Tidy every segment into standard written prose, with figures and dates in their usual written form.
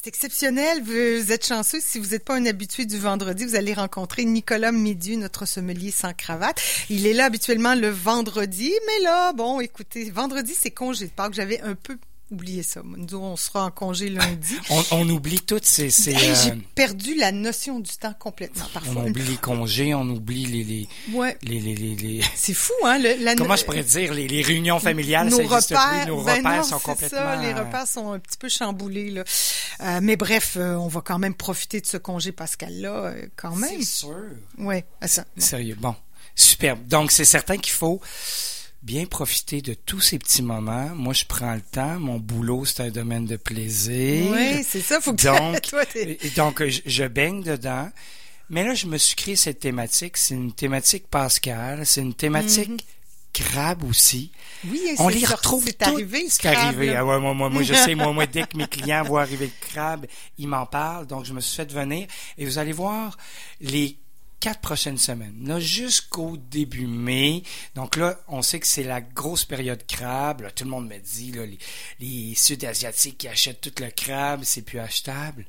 exceptionnel. Vous êtes chanceux. Si vous n'êtes pas un habitué du vendredi, vous allez rencontrer Nicolas Médieu, notre sommelier sans cravate. Il est là habituellement le vendredi, mais là, bon, écoutez, vendredi, c'est congé de Pâques. J'avais un peu oublié ça. Nous, on sera en congé lundi. On oublie toutes ces J'ai perdu la notion du temps complètement, parfois. On oublie les congés, on oublie les C'est fou, hein? Comment je pourrais dire? Les réunions familiales, nos ça n'existe repères, plus. Nos repères sont complètement... Ça, les repères sont un petit peu chamboulés, là. Mais bref, on va quand même profiter de ce congé Pascal-là, quand même. C'est sûr. Oui, ça. Bon. Sérieux, bon. Superbe. Donc, c'est certain qu'il faut bien profiter de tous ces petits moments. Moi, je prends le temps. Mon boulot, c'est un domaine de plaisir. Oui, c'est ça. Faut que donc, je baigne dedans. Mais là, je me suis créé cette thématique. C'est une thématique Pascal. C'est une thématique crabe aussi. Oui, on les retrouve c'est arrivé, c'est arrivé. Ah ouais, moi, je sais, moi, dès que mes clients voient arriver le crabe, ils m'en parlent. Donc, je me suis fait venir. Et vous allez voir les 4 prochaines semaines, là, jusqu'au début mai. Donc là, on sait que c'est la grosse période crabe. Là, tout le monde me dit, là, les Sud-Asiatiques qui achètent tout le crabe, c'est plus achetable.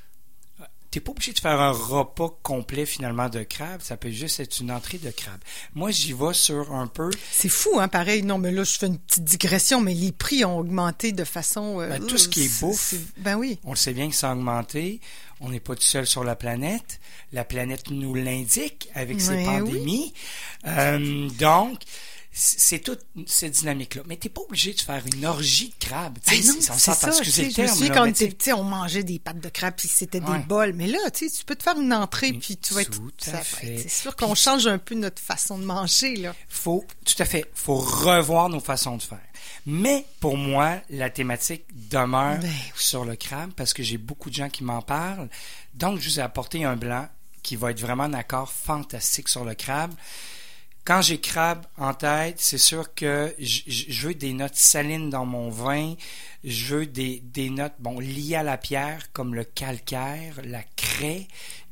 T'es pas obligé de faire un repas complet, finalement, de crabe. Ça peut juste être une entrée de crabe. Moi, j'y vais sur un peu... C'est fou, hein, pareil. Non, mais là, je fais une petite digression, mais les prix ont augmenté de façon... tout ce qui est bouffe, ben oui. On le sait bien que ça a augmenté. On n'est pas tout seul sur la planète. La planète nous l'indique avec ses pandémies. Oui. Donc... c'est toute cette dynamique-là. Mais t'es pas obligé de faire une orgie de crabe. Ben non, on s'entend, excusez le terme. Je me souviens quand on était petit, on mangeait des pâtes de crabe puis c'était des bols. Mais là, tu peux te faire une entrée puis tu vas être... Tout à fait. C'est sûr qu'on change un peu notre façon de manger, là. Tout à fait. Faut revoir nos façons de faire. Mais pour moi, la thématique demeure sur le crabe parce que j'ai beaucoup de gens qui m'en parlent. Donc, je vous ai apporté un blanc qui va être vraiment un accord fantastique sur le crabe. Quand j'ai crabe en tête, c'est sûr que je veux des notes salines dans mon vin. Je veux des notes liées à la pierre, comme le calcaire, la craie,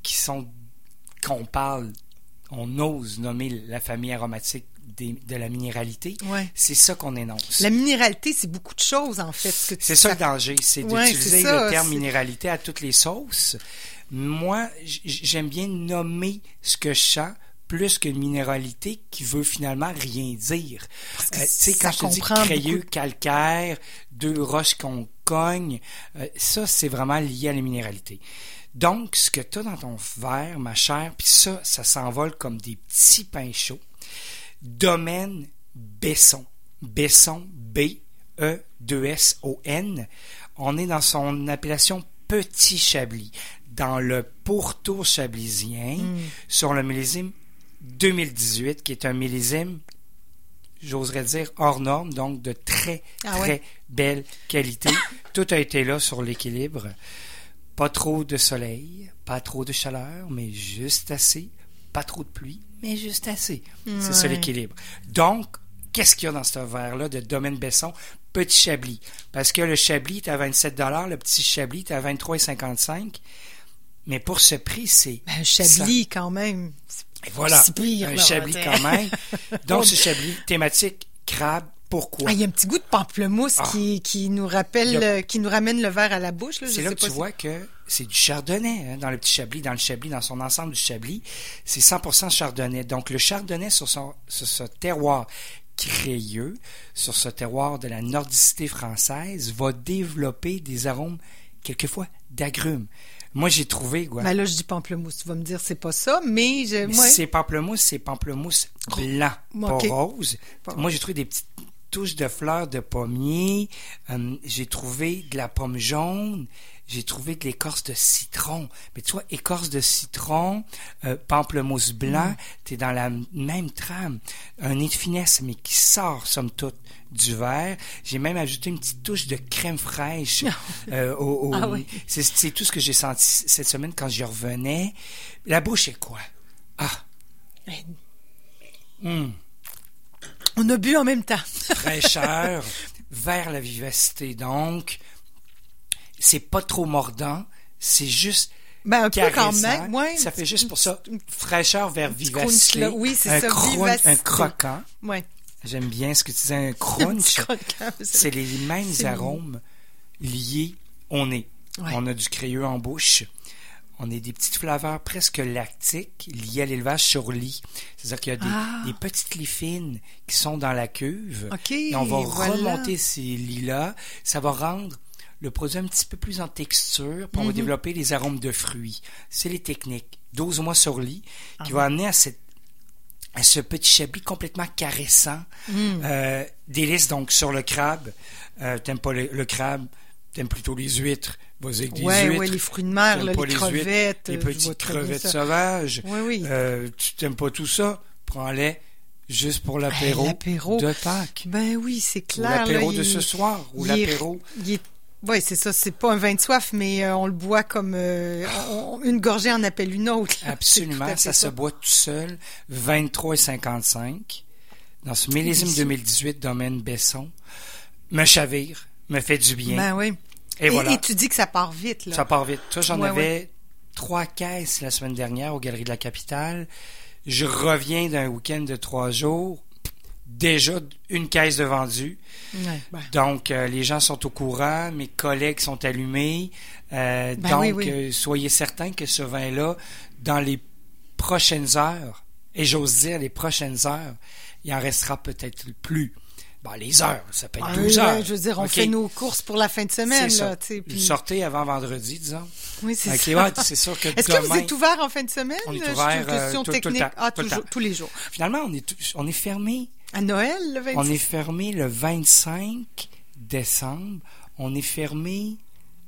on ose nommer la famille aromatique de la minéralité. Ouais. C'est ça qu'on énonce. La minéralité, c'est beaucoup de choses, en fait. C'est ça le danger, c'est d'utiliser le terme minéralité à toutes les sauces. Moi, j'aime bien nommer ce que je sens, plus qu'une minéralité qui veut finalement rien dire. Tu sais, quand je te dis crayeux, calcaire, 2 roches qu'on cogne, ça, c'est vraiment lié à la minéralité. Donc, ce que tu as dans ton verre, ma chère, puis ça s'envole comme des petits pains chauds. Domaine Besson. Besson, B-E-2-S-O-N. On est dans son appellation Petit Chablis, dans le pourtour chablisien, sur le millésime 2018, qui est un millésime, j'oserais dire, hors norme, donc de très belle qualité. Tout a été là sur l'équilibre. Pas trop de soleil, pas trop de chaleur, mais juste assez. Pas trop de pluie, mais juste assez. C'est ça l'équilibre. Donc, qu'est-ce qu'il y a dans ce verre-là de Domaine Besson? Petit Chablis. Parce que le Chablis est à 27 $, le petit Chablis est à 23,55 $. Mais pour ce prix, c'est... un Chablis, quand même. Et voilà, pire, un Chablis quand même. Donc, ce Chablis, thématique crabe, pourquoi? Il y a un petit goût de pamplemousse qui nous rappelle, qui nous ramène le verre à la bouche. Là, c'est là que tu vois que c'est du chardonnay dans le petit Chablis, dans le Chablis, dans son ensemble du Chablis. C'est 100% chardonnay. Donc, le chardonnay sur ce terroir crayeux, sur ce terroir de la nordicité française, va développer des arômes, quelquefois, d'agrumes. Moi, j'ai trouvé... Ben là, je dis pamplemousse. Tu vas me dire, c'est pas ça, mais... C'est pamplemousse blanc, pas rose. Moi, j'ai trouvé des petites touches de fleurs de pommier. J'ai trouvé de la pomme jaune. J'ai trouvé de l'écorce de citron. Mais tu vois, écorce de citron, pamplemousse blanc, t'es dans la même trame. Un nez de finesse, mais qui sort, somme toute, du verre. J'ai même ajouté une petite touche de crème fraîche. C'est tout ce que j'ai senti cette semaine quand j'y revenais. La bouche est quoi? On a bu en même temps. Fraîcheur, vers la vivacité. Donc, c'est pas trop mordant, c'est juste un peu quand même. Ça fait juste pour ça. Fraîcheur vers vivacité. Oui, c'est ça. Un croquant. Ouais. J'aime bien ce que tu disais, un crunch. Croquant, c'est les mêmes arômes liés au nez. Ouais. On a du crayeux en bouche. On a des petites flaveurs presque lactiques liées à l'élevage sur lit. C'est-à-dire qu'il y a des petites lies fines qui sont dans la cuve. OK, et on va voilà. remonter ces lies-là. Ça va rendre le produit un petit peu plus en texture, puis on va développer les arômes de fruits. C'est les techniques. 12 mois sur lit qui va amener à ce petit chablis complètement caressant. Délice donc sur le crabe. T'aimes pas le crabe, t'aimes plutôt les huîtres. Vas-y avec des huîtres. Ouais, les fruits de mer, là, les crevettes. Les petites crevettes sauvages. Oui. Tu t'aimes pas tout ça? Prends-les juste pour l'apéro de Pâques. Ben oui, c'est clair. Ou l'apéro là, de ce soir. Ou l'apéro... Oui, c'est ça. C'est pas un vin de soif, mais on le boit comme... une gorgée en appelle une autre. Là. Absolument. Ça se boit tout seul. 23,55. Dans ce millésime 2018, domaine Besson. Me chavire. Me fait du bien. Ben oui. Et voilà. Et tu dis que ça part vite, là. Ça part vite. Toi, j'en avais 3 caisses la semaine dernière aux Galeries de la Capitale. Je reviens d'un week-end de 3 jours. Déjà, une caisse de vendu. Ouais, ben. Donc, les gens sont au courant. Mes collègues sont allumés. Soyez certains que ce vin-là, dans les prochaines heures, et j'ose dire les prochaines heures, il en restera peut-être plus. Bon, les heures, ça peut être 12 heures. Je veux dire, on fait nos courses pour la fin de semaine. C'est là, ça. Puis... Sortez avant vendredi, disons. Oui, c'est ça. Ouais, c'est sûr que Est-ce que vous êtes ouvert en fin de semaine? On est ouvert tout le temps. Tous les jours. Finalement, on est fermé. À Noël, le 26? On est fermé le 25 décembre. On est fermé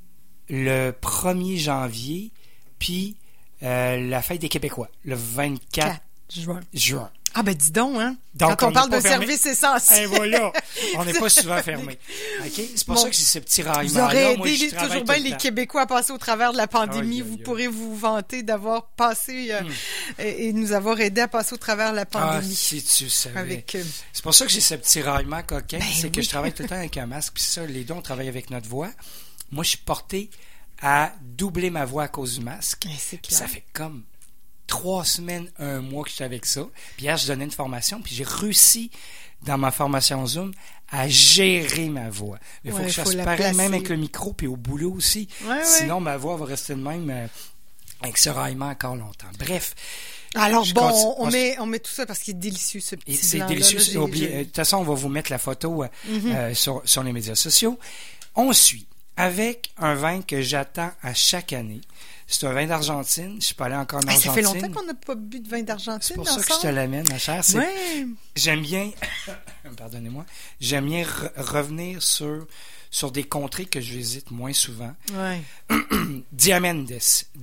le 1er janvier. Puis la fête des Québécois, le 24 juin. Ah ben dis donc, hein? Donc, quand on parle de fermé. services essentiels. Et voilà, on n'est pas souvent fermé. Okay? C'est pour ça que j'ai ce petit raillement. Vous aurez aidé toujours bien les Québécois à passer au travers de la pandémie. Vous pourrez vous vanter d'avoir passé et nous avoir aidé à passer au travers de la pandémie. Ah, si tu savais. C'est pour ça que j'ai ce petit raillement coquin. C'est que je travaille tout le temps avec un masque. Puis ça, les deux, on travaille avec notre voix. Moi, je suis porté à doubler ma voix à cause du masque. C'est clair. Ça fait comme 3 semaines, 1 mois que je suis avec ça. Puis hier, je donnais une formation, puis j'ai réussi, dans ma formation Zoom, à gérer ma voix. Il faut que je fasse pareil, même avec le micro, puis au boulot aussi. Sinon, ma voix va rester de même avec ce raillement encore longtemps. Bref. Alors on met tout ça parce qu'il est délicieux, ce petit blanc. C'est délicieux. De toute façon, on va vous mettre la photo sur les médias sociaux. On suit avec un vin que j'attends à chaque année. C'est un vin d'Argentine. Je suis pas allé encore en Argentine. Ça fait longtemps qu'on n'a pas bu de vin d'Argentine. C'est pour ça que je te l'amène, ma chère. J'aime bien, pardonnez-moi, j'aime bien revenir sur des contrées que je visite moins souvent. Ouais. Diamandes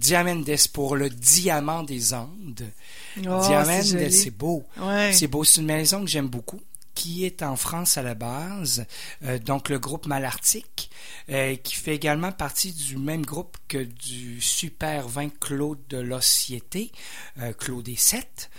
pour le diamant des Andes. Diamandes, c'est beau. Ouais. C'est beau. C'est une maison que j'aime beaucoup, qui est en France à la base, donc le groupe Malartic, qui fait également partie du même groupe que du super vin Claude de l'Ociété, Claude et 7.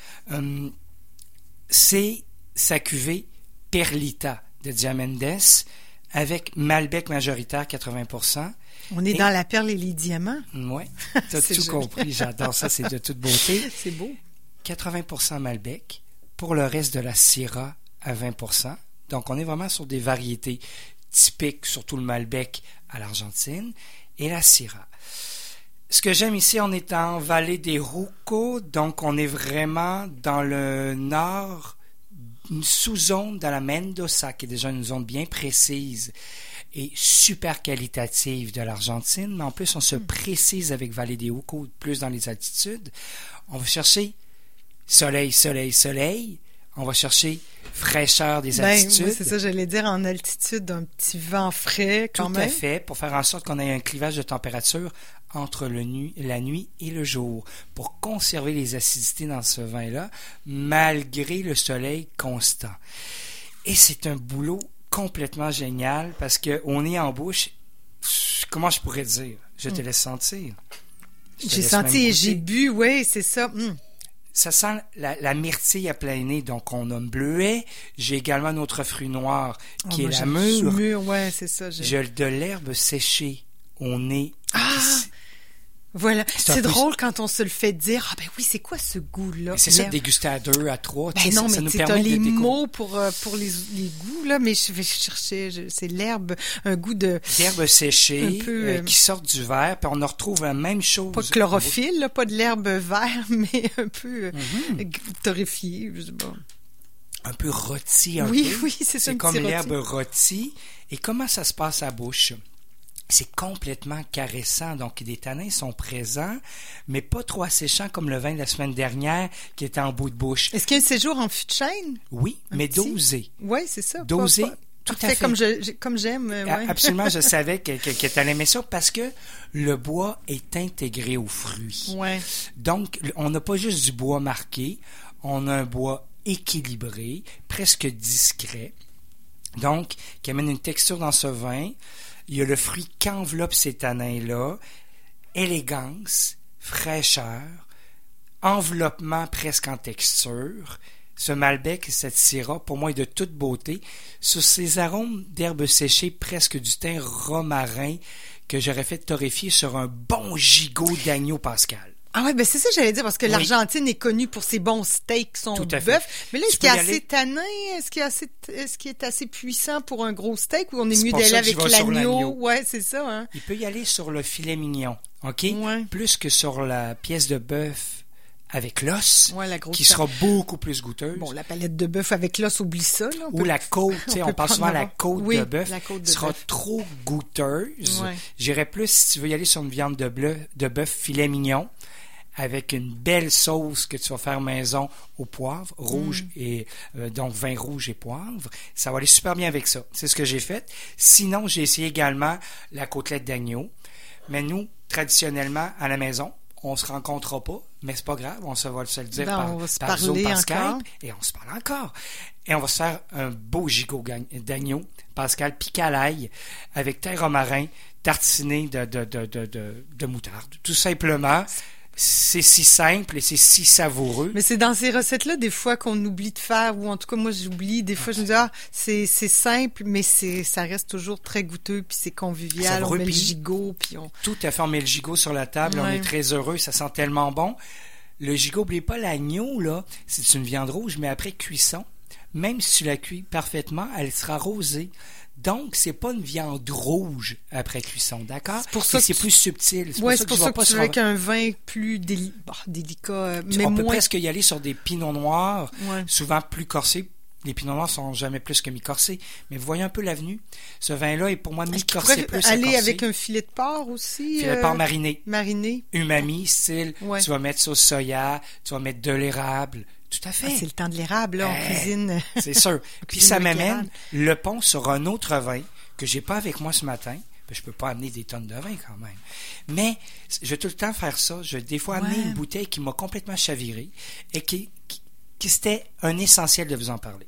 C'est sa cuvée Perlita de Diamandes avec Malbec majoritaire 80%. On est dans la perle et les diamants. Oui, tu as tout compris. J'adore ça, c'est de toute beauté. C'est beau. 80% Malbec. Pour le reste de la Syrah, à 20%. Donc, on est vraiment sur des variétés typiques, surtout le Malbec à l'Argentine et la Syrah. Ce que j'aime ici, on est en vallée des Roucos, donc on est vraiment dans le nord, une sous-zone dans la Mendoza, qui est déjà une zone bien précise et super qualitative de l'Argentine, mais en plus, on se précise avec vallée des Roucos, plus dans les altitudes. On va chercher soleil, soleil, soleil. On va chercher fraîcheur des altitudes. Oui, c'est ça, j'allais dire, en altitude, un petit vent frais quand même. Tout à fait, pour faire en sorte qu'on ait un clivage de température entre la nuit et le jour, pour conserver les acidités dans ce vin-là, malgré le soleil constant. Et c'est un boulot complètement génial, parce qu'on est en bouche, comment je pourrais dire? Je te laisse sentir. J'ai senti et j'ai bu, oui, c'est ça. Ça sent la myrtille à plein nez, donc on a un bleuet. J'ai également notre fruit noir qui est la mûre. Ouais, c'est ça. J'ai de l'herbe séchée au nez. Voilà. C'est peu... drôle quand on se le fait dire. Ah ben oui, c'est quoi ce goût-là? Mais c'est ça, de déguster à 2, à 3. Ben non, ça mais nous tu permet as de les découvrir. mots pour les goûts, là, mais je vais chercher, c'est l'herbe, un goût de... D'herbe séchée un peu, qui sortent du verre, puis on en retrouve la même chose. Pas chlorophylle, là, pas de l'herbe vert, mais un peu torréfiée, je sais pas. Un peu rôti, Oui, peu. c'est ça, C'est un comme petit l'herbe rôti. rôtie. Et comment ça se passe à la bouche? C'est complètement caressant. Donc, les tanins sont présents, mais pas trop asséchants comme le vin de la semaine dernière qui était en bout de bouche. Est-ce qu'il y a un séjour en fût de chêne? Oui, mais dosé. Oui, c'est ça. Dosé, tout à fait. Comme j'aime. Ouais. Absolument, je savais que tu allais aimer ça parce que le bois est intégré aux fruits. Ouais. Donc, on n'a pas juste du bois marqué, on a un bois équilibré, presque discret, donc qui amène une texture dans ce vin. Il y a le fruit qui enveloppe ces tanins-là, élégance, fraîcheur, enveloppement presque en texture. Ce Malbec et cette Syrah, pour moi, est de toute beauté. Sur ces arômes d'herbes séchées, presque du thym romarin que j'aurais fait torréfier sur un bon gigot d'agneau Pascal. Ah ouais, ben c'est ça que j'allais dire, parce que l'Argentine est connue pour ses bons steaks, son bœuf. Mais là, est-ce qu'il est assez tanin? Est-ce qu'il est assez puissant pour un gros steak ou on est mieux d'aller avec l'agneau? Ouais, c'est ça, hein. Il peut y aller sur le filet mignon, OK? Ouais. Plus que sur la pièce de bœuf avec l'os, qui sera beaucoup plus goûteuse. Bon, la palette de bœuf avec l'os, oublie ça, là. Ou la côte, on parle souvent de la côte de bœuf, sera bœuf. trop goûteuse. Ouais. J'irais plus, si tu veux y aller sur une viande de bœuf filet mignon, avec une belle sauce que tu vas faire maison au poivre rouge et donc vin rouge et poivre. Ça va aller super bien avec ça. C'est ce que j'ai fait. Sinon, j'ai essayé également la côtelette d'agneau. Mais nous, traditionnellement, à la maison, on se rencontrera pas, mais c'est pas grave, on va se le dire par Zoom, par Skype, et on se parle encore. Et on va se faire un beau gigot d'agneau, Pascal, piqué à l'ail, avec thym romarin, tartiné de moutarde. Tout simplement. C'est si simple et c'est si savoureux. Mais c'est dans ces recettes-là, des fois, qu'on oublie de faire, ou en tout cas, moi, j'oublie. Des fois, je me dis, c'est simple, mais ça reste toujours très goûteux, puis c'est convivial. On met le gigot, puis on... Tout à fait, on met le gigot sur la table, on est très heureux, ça sent tellement bon. Le gigot, n'oubliez pas, l'agneau, là, c'est une viande rouge, mais après cuisson, même si tu la cuis parfaitement, elle sera rosée. Donc, c'est pas une viande rouge après cuisson, d'accord? C'est pour ça que c'est plus subtil. C'est pour ça que tu veux avec un vin plus délicat, mais on peut presque y aller sur des pinots noirs, ouais. souvent plus corsés. Les pinots noirs sont jamais plus que mi-corsés. Mais vous voyez un peu l'avenue. Ce vin-là est pour moi mi-corsé plus à aller corsé. avec un filet de porc aussi. Filet de porc mariné. Mariné. Umami, style. Ouais. Tu vas mettre sauce soya, tu vas mettre de l'érable. Tout à fait. Ah, c'est le temps de l'érable, là, en cuisine. C'est sûr. Puis ça m'amène le pont sur un autre vin que j'ai pas avec moi ce matin. Je peux pas amener des tonnes de vin quand même. Mais je vais tout le temps faire ça. Je vais des fois amener une bouteille qui m'a complètement chaviré et qui c'était un essentiel de vous en parler.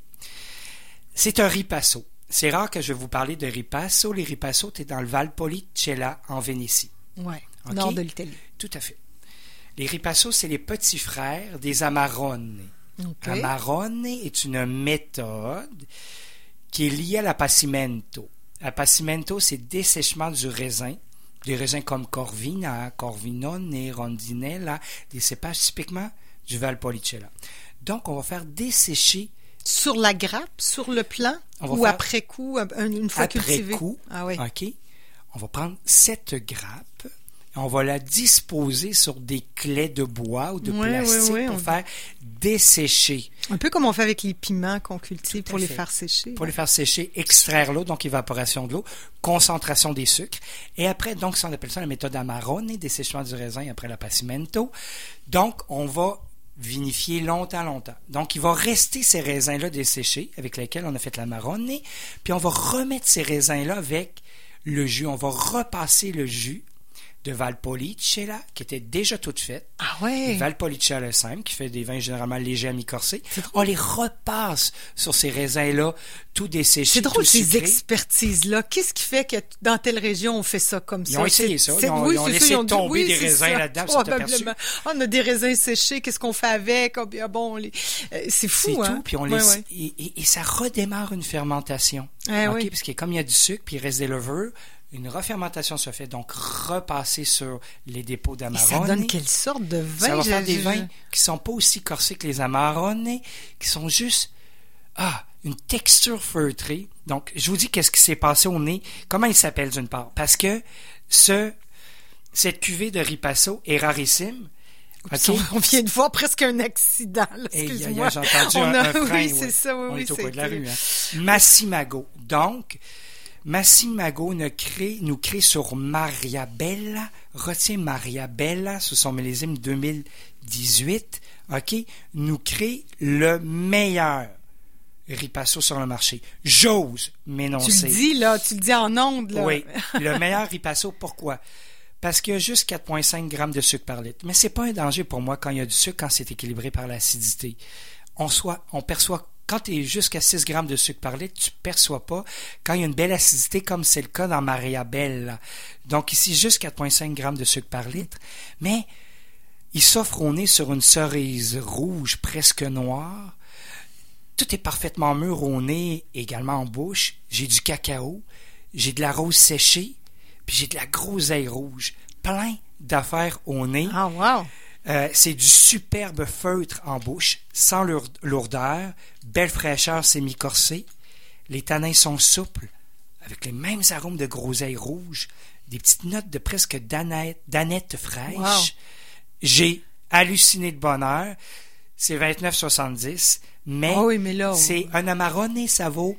C'est un ripasso. C'est rare que je vais vous parler de ripasso. Les ripasso, tu es dans le Valpolicella en Vénétie. Oui, nord de l'Italie. Tout à fait. Les ripasso, c'est les petits frères des amarone. Okay. Amarone est une méthode qui est liée à l'appassimento. L'appassimento, c'est dessèchement du raisin. Des raisins comme Corvina, Corvinone, Rondinella, des cépages typiquement du Valpolicella. Donc, on va faire dessécher. Sur la grappe, sur le plant, ou après coup, une fois cultivé? Après coup, ah oui. OK. On va prendre cette grappe, on va la disposer sur des claies de bois ou de plastique pour faire dessécher. Un peu comme on fait avec les piments qu'on cultive pour les faire sécher. Pour les faire sécher, extraire l'eau, donc évaporation de l'eau, concentration des sucres. Et après, donc, ça, on appelle ça la méthode Amarone, dessèchement du raisin après l'appassimento. Donc, on va vinifier longtemps. Donc, il va rester ces raisins-là desséchés avec lesquels on a fait l'Amarone, puis on va remettre ces raisins-là avec le jus. On va repasser le jus de Valpolicella, qui était déjà toute faite. Ah ouais? Valpolicella simple, qui fait des vins généralement légers à mi-corsés. On les repasse sur ces raisins-là, tout desséchés. C'est drôle, tout ces sucrés. Expertises-là. Qu'est-ce qui fait que dans telle région, on fait ça comme ça? Ils ont essayé ça. Ils ont laissé tomber des raisins là-dedans. Probablement. On a des raisins séchés. Qu'est-ce qu'on fait avec? C'est fou, c'est hein? tout. Puis on laisse, et ça redémarre une fermentation. Parce que comme il y a du sucre, puis il reste des levures, une refermentation se fait, donc repasser sur les dépôts Et d'Amarone. ça donne quelle sorte de vin? Ça va faire des vins qui sont pas aussi corsés que les Amarone, qui sont juste une texture feutrée. Donc, je vous dis qu'est-ce qui s'est passé au nez. Comment il s'appelle d'une part? Parce que cette cuvée de Ripasso est rarissime. Okay. On vient de voir presque un accident. Là, excuse-moi. J'ai entendu un frein. Oui, c'est ça. Oui, on est au coin de la rue. Hein. Massimago. Donc, Massimago nous crée sur Maria Bella. Retiens Maria Bella sous son millésime 2018. OK? Nous crée le meilleur Ripasso sur le marché. J'ose m'énoncer. Tu le dis en ondes, là. Oui. Le meilleur Ripasso, pourquoi? Parce qu'il y a juste 4,5 grammes de sucre par litre. Mais c'est pas un danger pour moi quand il y a du sucre, quand c'est équilibré par l'acidité. On perçoit, quand tu es jusqu'à 6 grammes de sucre par litre, tu perçois pas quand il y a une belle acidité, comme c'est le cas dans Maria Bella. Donc ici, juste 4,5 grammes de sucre par litre. Mais il s'offre au nez sur une cerise rouge presque noire. Tout est parfaitement mûr au nez, également en bouche. J'ai du cacao, j'ai de la rose séchée, puis j'ai de la groseille rouge, plein d'affaires au nez. Ah, wow! C'est du superbe feutre en bouche, sans lourdeur, belle fraîcheur semi-corsée. Les tanins sont souples, avec les mêmes arômes de groseille rouge, des petites notes de presque d'aneth fraîche. Wow. J'ai halluciné de bonheur. C'est 29,70, mais, c'est un Amarone, ça vaut...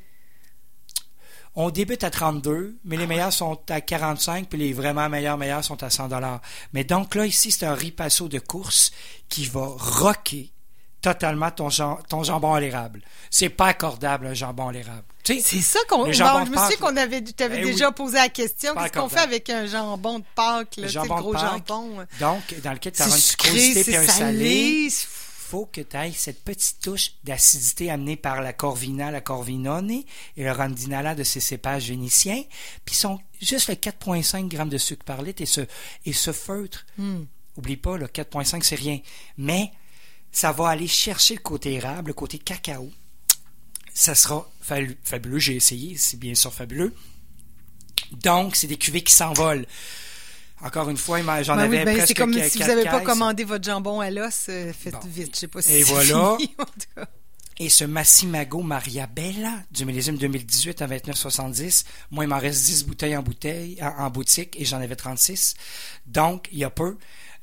On débute à 32, mais les meilleurs sont à 45, puis les vraiment meilleurs sont à 100$. Mais donc là, ici, c'est un Ripasso de course qui va rocker totalement ton jambon à l'érable. C'est pas accordable, un jambon à l'érable. Tu sais, c'est ça qu'on... je me souviens qu'on t'avais déjà posé la question. Qu'est-ce qu'on fait avec un jambon de Pâques, là, le gros jambon? Donc, dans lequel tu as une sucrosité et un salé. Faut que tu ailles cette petite touche d'acidité amenée par la Corvina, la Corvinone et le Rondinella de ces cépages vénitiens. Puis sont juste le 4,5 grammes de sucre par litre et ce feutre. Oublie pas, le 4,5 c'est rien. Mais ça va aller chercher le côté érable, le côté cacao. Ça sera fabuleux. J'ai essayé, c'est bien sûr fabuleux. Donc, c'est des cuvées qui s'envolent. Encore une fois, j'en avais presque c'est comme si vous n'avez pas caisses. Commandé votre jambon à l'os, faites vite. Je sais pas si et c'est voilà. fini, en tout cas. Et ce Massimago Maria Bella du millésime 2018 à 29,70, moi, il m'en reste 10 bouteilles en boutique et j'en avais 36. Donc, il y a peu.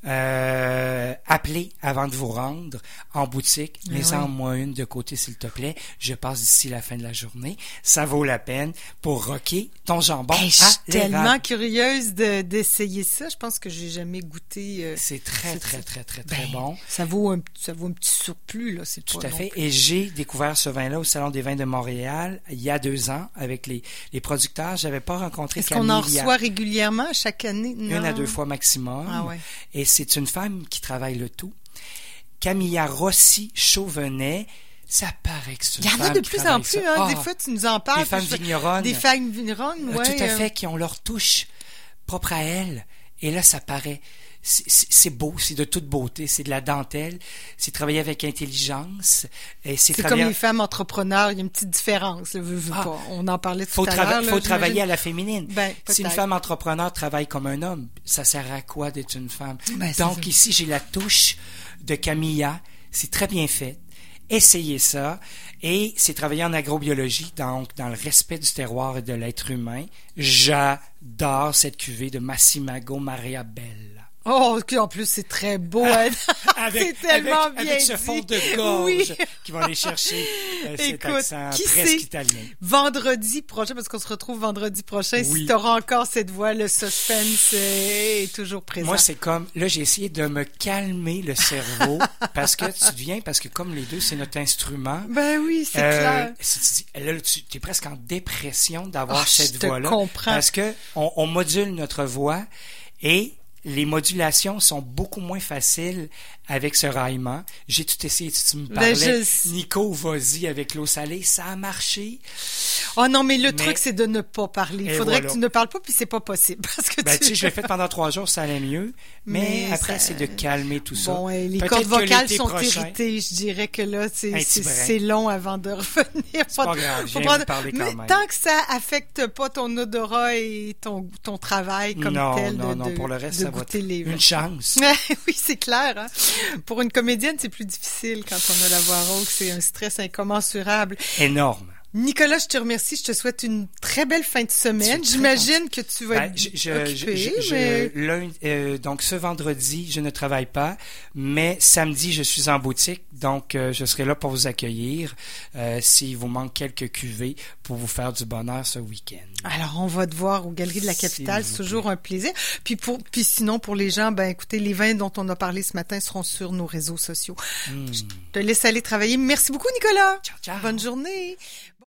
Appelez avant de vous rendre en boutique. Mets-en moi une de côté, s'il te plaît. Je passe d'ici la fin de la journée. Ça vaut la peine pour rocker ton jambon. Je suis tellement curieuse d'essayer ça. Je pense que j'ai jamais goûté. C'est très bon. Ça vaut un petit surplus, là. C'est tout à fait. Et j'ai découvert ce vin-là au Salon des vins de Montréal il y a 2 ans avec les producteurs. J'avais pas rencontré Camille. Est-ce qu'on en reçoit régulièrement chaque année? Non. 1 à 2 fois maximum. Ah ouais. Et c'est une femme qui travaille le tout. Camilla Rossi Chauvenet, ça paraît que c'est une femme. Il y en a de plus en plus, hein. Des fois, tu nous en parles. Des femmes vigneronnes. Des femmes vigneronnes, oui. Tout à fait, qui ont leur touche propre à elles. Et là, ça paraît. C'est beau, c'est de toute beauté, c'est de la dentelle, c'est travailler avec intelligence. Et c'est comme les femmes entrepreneurs, il y a une petite différence. Là, pas. On en parlait tout à l'heure. Faut travailler à la féminine. Ben, si une femme entrepreneur travaille comme un homme, ça sert à quoi d'être une femme? Donc ici, j'ai la touche de Camilla, c'est très bien fait. Essayez ça. Et c'est travailler en agrobiologie, donc dans le respect du terroir et de l'être humain. J'adore cette cuvée de Massimago Maria Bella. Oh, en plus, c'est très beau. C'est tellement bien avec ce dit. fond de gorge qui va aller chercher cet accent presque italien. Vendredi prochain, parce qu'on se retrouve vendredi prochain, si tu auras encore cette voix, le suspense est toujours présent. Moi, c'est comme... Là, j'ai essayé de me calmer le cerveau parce que comme les deux, c'est notre instrument. Ben oui, c'est clair. Là, tu es presque en dépression d'avoir cette voix-là. Je comprends. Parce que on module notre voix et... Les modulations sont beaucoup moins faciles avec ce raillement. J'ai tout essayé, tu me parlais. Nico, vas-y avec l'eau salée, ça a marché. Oh non, mais le truc, c'est de ne pas parler. Il faudrait voilà. que tu ne parles pas, puis c'est pas possible. Parce que Ben, tu sais, je l'ai fait pendant 3 jours, ça allait mieux. Mais après, ça... c'est de calmer tout ça. Bon, les Peut-être cordes vocales l'été sont prochain, irritées. Je dirais que là, c'est petit long avant de revenir. C'est pas grave, je viens vous parler quand même. Tant que ça affecte pas ton odorat et ton travail comme tel. Non, pour le reste, ça va être une chance. Oui, c'est clair. Hein? Pour une comédienne, c'est plus difficile quand on a la voix rauque. C'est un stress incommensurable. Énorme. Nicolas, je te remercie. Je te souhaite une très belle fin de semaine. J'imagine que tu vas être occupé. Donc, ce vendredi, je ne travaille pas, mais samedi, je suis en boutique. Donc, je serai là pour vous accueillir s'il vous manque quelques cuvées pour vous faire du bonheur ce week-end. Alors, on va te voir aux Galeries de la Capitale. C'est toujours un plaisir. Puis sinon, pour les gens, ben écoutez, les vins dont on a parlé ce matin seront sur nos réseaux sociaux. Je te laisse aller travailler. Merci beaucoup, Nicolas. Ciao, ciao. Bonne journée.